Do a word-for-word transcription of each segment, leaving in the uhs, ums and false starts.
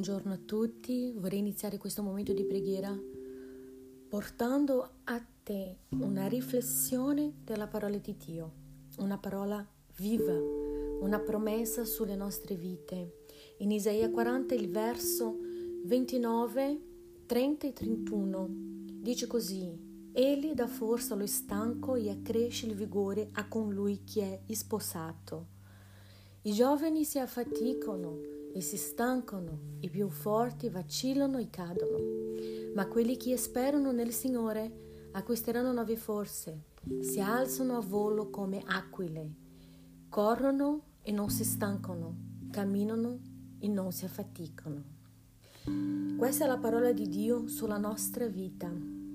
Buongiorno a tutti, vorrei iniziare questo momento di preghiera portando a te una riflessione della parola di Dio, una parola viva, una promessa sulle nostre vite. In Isaia quaranta il verso ventinove, trenta e trentuno dice così: Egli dà forza allo stanco e accresce il vigore a colui che è sposato. I giovani si affaticano e si stancano, i più forti vacillano e cadono, ma quelli che sperano nel Signore acquisteranno nuove forze, si alzano a volo come aquile, corrono e non si stancano, camminano e non si affaticano. Questa è la parola di Dio sulla nostra vita.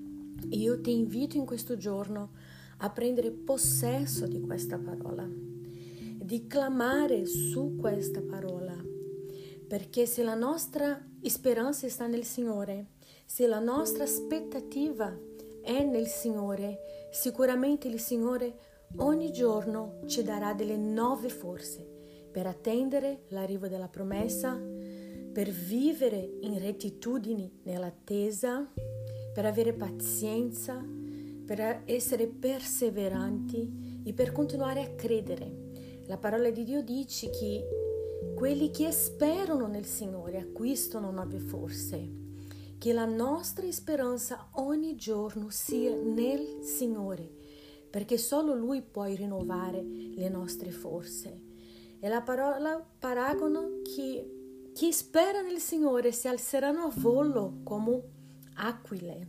Io ti invito in questo giorno a prendere possesso di questa parola, di clamare su questa parola, perché se la nostra speranza sta nel Signore, se la nostra aspettativa è nel Signore, sicuramente il Signore ogni giorno ci darà delle nuove forze per attendere l'arrivo della promessa, per vivere in rettitudine nell'attesa, per avere pazienza, per essere perseveranti e per continuare a credere. La parola di Dio dice che quelli che sperano nel Signore acquistano nuove forze, che la nostra speranza ogni giorno sia nel Signore, perché solo Lui può rinnovare le nostre forze. E la parola paragono che chi spera nel Signore si alzeranno a volo come aquile.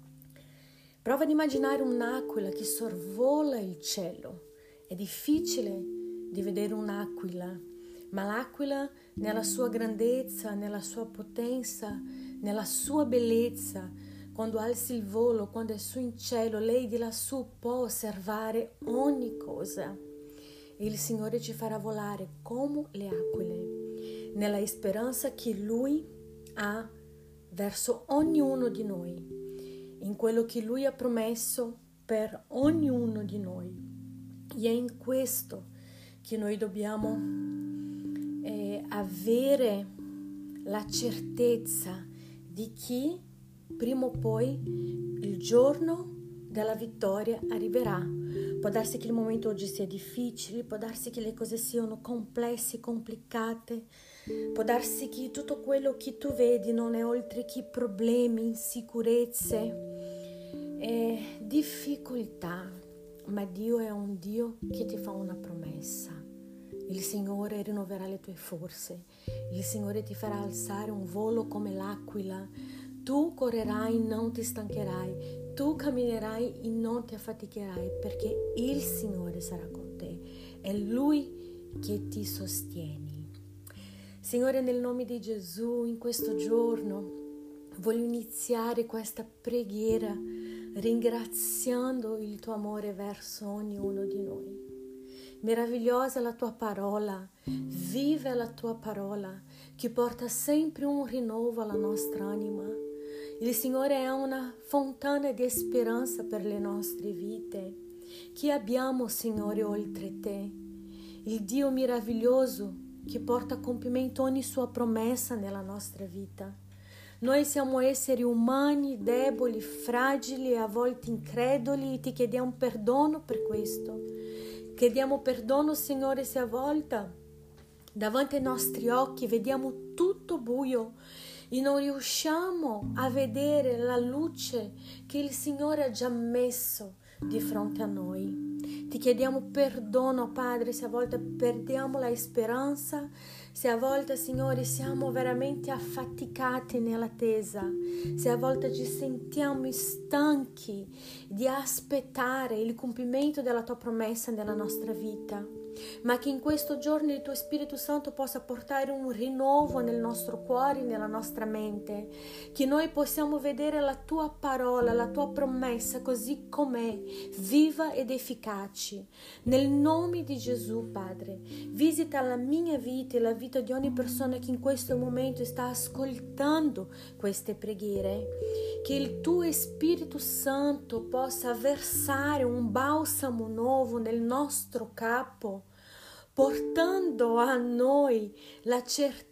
Prova ad immaginare un'aquila che sorvola il cielo. È difficile di vedere un'aquila, ma l'aquila nella sua grandezza, nella sua potenza, nella sua bellezza, quando alzi il volo, quando è su in cielo, lei di lassù può osservare ogni cosa. E il Signore ci farà volare come le aquile, nella speranza che Lui ha verso ognuno di noi, in quello che Lui ha promesso per ognuno di noi. E è in questo che noi dobbiamo eh, avere la certezza di che prima o poi il giorno della vittoria arriverà. Può darsi che il momento oggi sia difficile, può darsi che le cose siano complesse, complicate, può darsi che tutto quello che tu vedi non è oltre che problemi, insicurezze, eh, difficoltà. Ma Dio è un Dio che ti fa una promessa. Il Signore rinnoverà le tue forze. Il Signore ti farà alzare un volo come l'aquila. Tu correrai e non ti stancherai. Tu camminerai e non ti affaticherai, perché il Signore sarà con te. È Lui che ti sostiene. Signore, nel nome di Gesù, in questo giorno voglio iniziare questa preghiera ringraziando il tuo amore verso ognuno di noi. Meravigliosa è la tua parola, viva è la tua parola che porta sempre un rinnovo alla nostra anima. Il Signore è una fontana di speranza per le nostre vite. Chi abbiamo, Signore, oltre te? Il Dio meraviglioso che porta a compimento ogni sua promessa nella nostra vita. Noi siamo esseri umani, deboli, fragili e a volte increduli e ti chiediamo perdono per questo. Chiediamo perdono, Signore, se a volte davanti ai nostri occhi vediamo tutto buio e non riusciamo a vedere la luce che il Signore ha già messo di fronte a noi. Ti chiediamo perdono, Padre, se a volte perdiamo la speranza, se a volte, Signore, siamo veramente affaticati nell'attesa, se a volte ci sentiamo stanchi di aspettare il compimento della tua promessa nella nostra vita, ma che in questo giorno il tuo Spirito Santo possa portare un rinnovo nel nostro cuore, nella nostra mente, che noi possiamo vedere la tua parola, la tua promessa così com'è, viva ed efficace. Nel nome di Gesù, Padre, visita la mia vita e la vita di ogni persona che in questo momento sta ascoltando queste preghiere, che il tuo Spirito Santo possa versare un balsamo nuovo nel nostro capo, portando a noi la certezza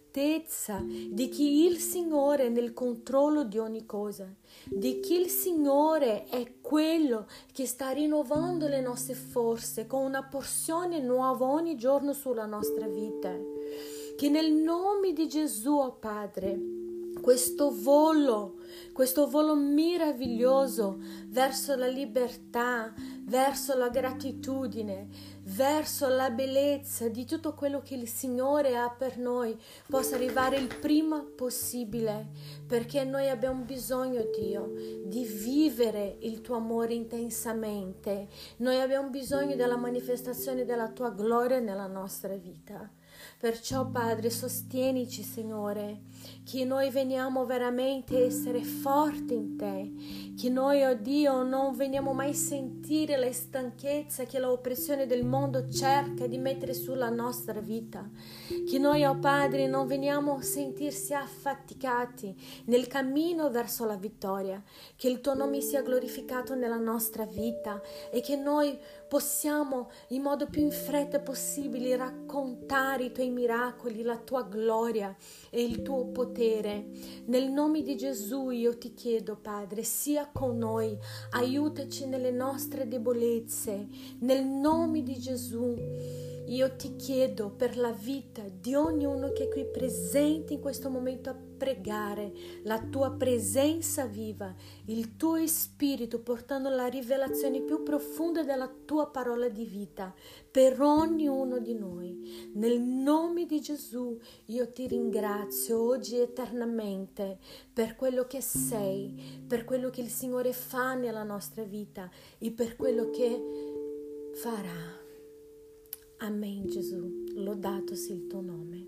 certezza di che il Signore è nel controllo di ogni cosa, di che il Signore è quello che sta rinnovando le nostre forze con una porzione nuova ogni giorno sulla nostra vita. Che nel nome di Gesù, oh Padre, questo volo, questo volo meraviglioso verso la libertà, verso la gratitudine, verso la bellezza di tutto quello che il Signore ha per noi, possa arrivare il prima possibile, perché noi abbiamo bisogno, Dio, di vivere il tuo amore intensamente. Noi abbiamo bisogno della manifestazione della tua gloria nella nostra vita. Perciò, Padre, sostienici, Signore, che noi veniamo veramente a essere forti in Te, che noi, oh Dio, non veniamo mai a sentire la stanchezza che l'oppressione del mondo cerca di mettere sulla nostra vita, che noi, oh Padre, non veniamo a sentirsi affaticati nel cammino verso la vittoria, che il Tuo nome sia glorificato nella nostra vita e che noi possiamo in modo più in fretta possibile raccontare i Tuoi miracoli, la Tua gloria e il Tuo potere. Nel nome di Gesù io ti chiedo, Padre, sia con noi, aiutaci nelle nostre debolezze. Nel nome di Gesù io ti chiedo per la vita di ognuno che è qui presente in questo momento a pregare, la tua presenza viva, il tuo spirito portando la rivelazione più profonda della tua parola di vita per ognuno di noi. Nel nome di Gesù io ti ringrazio oggi e eternamente per quello che sei, per quello che il Signore fa nella nostra vita e per quello che farà. Amen, Gesù, lodato sia il tuo nome.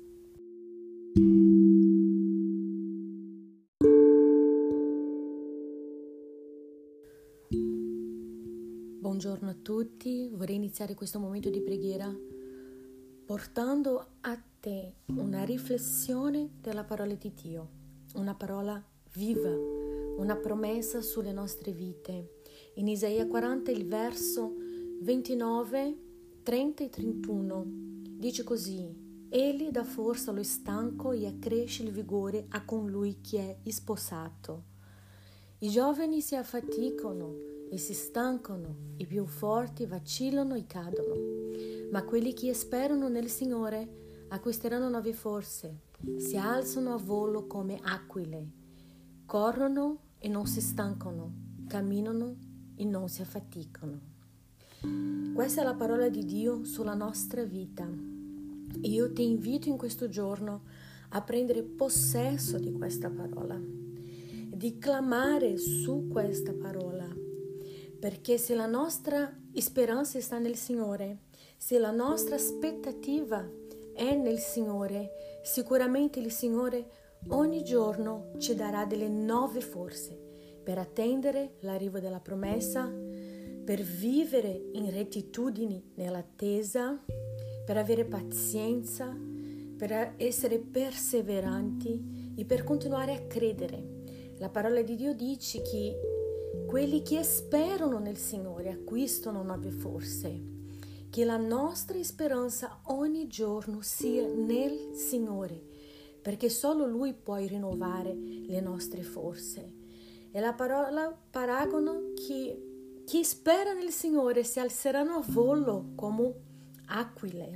Buongiorno a tutti, vorrei iniziare questo momento di preghiera portando a te una riflessione della parola di Dio, una parola viva, una promessa sulle nostre vite. In Isaia quaranta, il verso ventinove, trenta e trentuno dice così: Egli dà forza allo stanco e accresce il vigore a colui che è sposato. I giovani si affaticano e si stancano, i più forti vacillano e cadono, ma quelli che sperano nel Signore acquisteranno nuove forze, si alzano a volo come aquile, corrono e non si stancano, camminano e non si affaticano. Questa è la parola di Dio sulla nostra vita. Io ti invito in questo giorno a prendere possesso di questa parola, di clamare su questa parola, perché se la nostra speranza sta nel Signore, se la nostra aspettativa è nel Signore, sicuramente il Signore ogni giorno ci darà delle nuove forze per attendere l'arrivo della promessa, per vivere in rettitudine nell'attesa, per avere pazienza, per essere perseveranti e per continuare a credere. La parola di Dio dice che quelli che sperano nel Signore acquistano nuove forze, che la nostra speranza ogni giorno sia nel Signore, perché solo Lui può rinnovare le nostre forze. E la parola paragono che chi spera nel Signore si alzeranno a volo come aquile.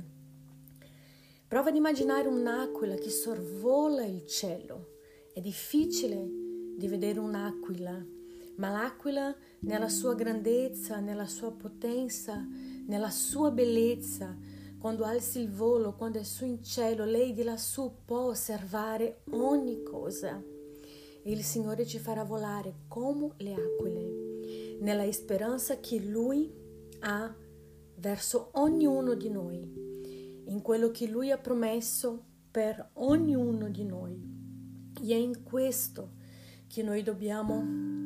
Prova ad immaginare un'aquila che sorvola il cielo. È difficile di vedere un'aquila, ma l'aquila nella sua grandezza, nella sua potenza, nella sua bellezza, quando alzi il volo, quando è su in cielo, lei di lassù può osservare ogni cosa. E il Signore ci farà volare come le aquile, nella speranza che Lui ha verso ognuno di noi, in quello che Lui ha promesso per ognuno di noi. E è in questo che noi dobbiamo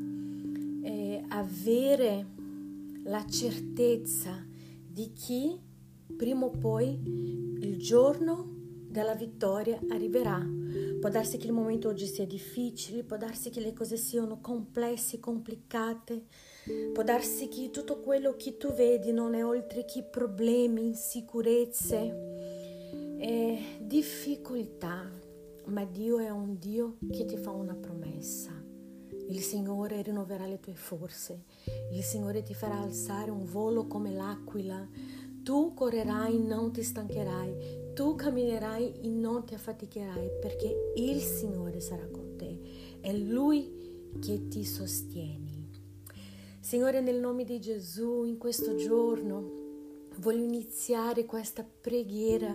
eh, avere la certezza di che prima o poi il giorno della vittoria arriverà. Può darsi che il momento oggi sia difficile, può darsi che le cose siano complesse, complicate, può darsi che tutto quello che tu vedi non è oltre che problemi, insicurezze, e difficoltà, ma Dio è un Dio che ti fa una promessa. Il Signore rinnoverà le tue forze, il Signore ti farà alzare un volo come l'aquila, tu correrai e non ti stancherai, tu camminerai e non ti affaticherai, perché il Signore sarà con te, è Lui che ti sostiene. Signore, nel nome di Gesù, in questo giorno voglio iniziare questa preghiera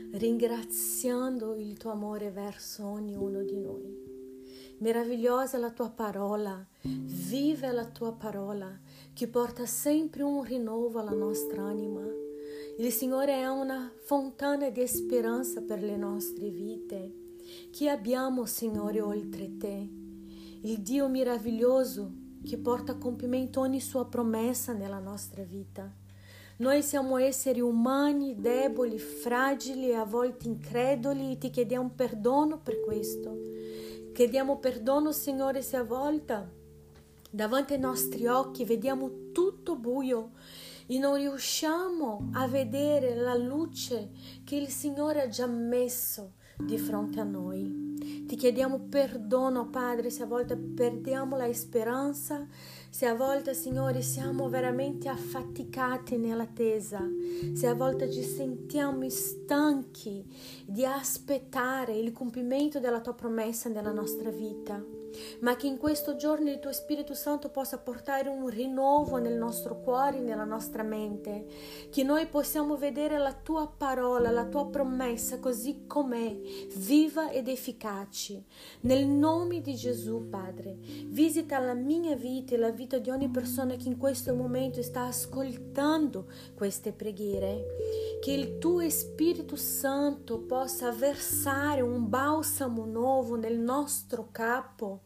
ringraziando il tuo amore verso ognuno di noi. Meravigliosa è la tua parola, viva la tua parola che porta sempre un rinnovo alla nostra anima. Il Signore è una fontana di speranza per le nostre vite. Chi abbiamo, Signore, oltre te? Il Dio meraviglioso che porta a compimento ogni sua promessa nella nostra vita. Noi siamo esseri umani, deboli, fragili e a volte increduli e ti chiediamo perdono per questo. Chiediamo perdono, Signore, se a volte davanti ai nostri occhi vediamo tutto buio e non riusciamo a vedere la luce che il Signore ha già messo di fronte a noi. Ti chiediamo perdono, Padre, se a volte perdiamo la speranza, se a volte, Signore, siamo veramente affaticati nell'attesa, se a volte ci sentiamo stanchi di aspettare il compimento della tua promessa nella nostra vita, ma che in questo giorno il tuo Spirito Santo possa portare un rinnovo nel nostro cuore, nella nostra mente, che noi possiamo vedere la tua parola, la tua promessa così com'è, viva ed efficace. Nel nome di Gesù, Padre, visita la mia vita e la vita di ogni persona che in questo momento sta ascoltando queste preghiere, che il tuo Spirito Santo possa versare un balsamo nuovo nel nostro capo,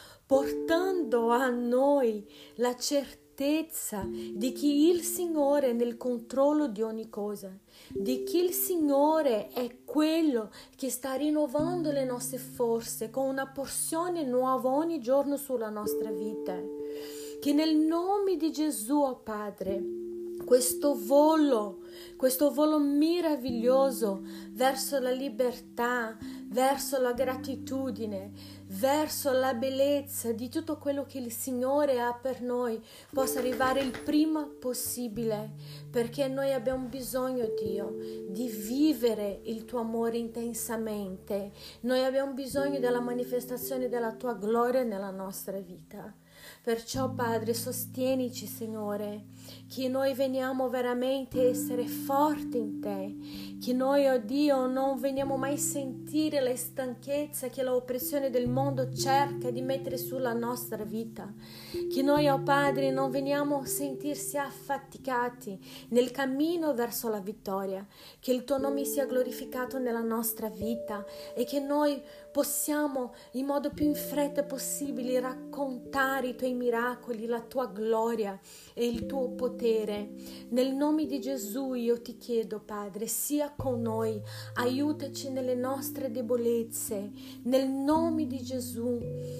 portando a noi la certezza di che il Signore è nel controllo di ogni cosa, di che il Signore è quello che sta rinnovando le nostre forze con una porzione nuova ogni giorno sulla nostra vita. Che nel nome di Gesù, oh Padre, questo volo, questo volo meraviglioso verso la libertà, verso la gratitudine, verso la bellezza di tutto quello che il Signore ha per noi, possa arrivare il prima possibile, perché noi abbiamo bisogno, Dio, di vivere il tuo amore intensamente. Noi abbiamo bisogno della manifestazione della tua gloria nella nostra vita. Perciò, Padre, sostienici, Signore, che noi veniamo veramente a essere forti in te, che noi, oh Dio, non veniamo mai a sentire la stanchezza che l'oppressione del mondo cerca di mettere sulla nostra vita, che noi, oh Padre, non veniamo a sentirsi affaticati nel cammino verso la vittoria, che il tuo nome sia glorificato nella nostra vita e che noi possiamo in modo più in fretta possibile raccontare i tuoi miracoli, la tua gloria e il tuo potere. Nel nome di Gesù io ti chiedo, Padre, sia con noi, aiutaci nelle nostre debolezze. Nel nome di Gesù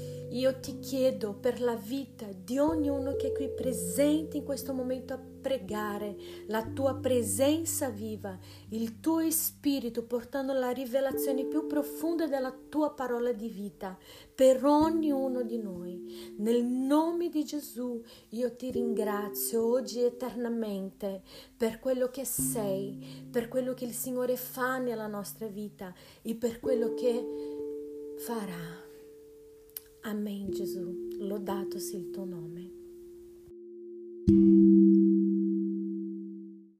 io ti chiedo per la vita di ognuno che è qui presente in questo momento a pregare, la tua presenza viva, il tuo spirito portando la rivelazione più profonda della tua parola di vita per ognuno di noi. Nel nome di Gesù io ti ringrazio oggi e eternamente per quello che sei, per quello che il Signore fa nella nostra vita e per quello che farà. Amen, Gesù, lodato sia il tuo nome.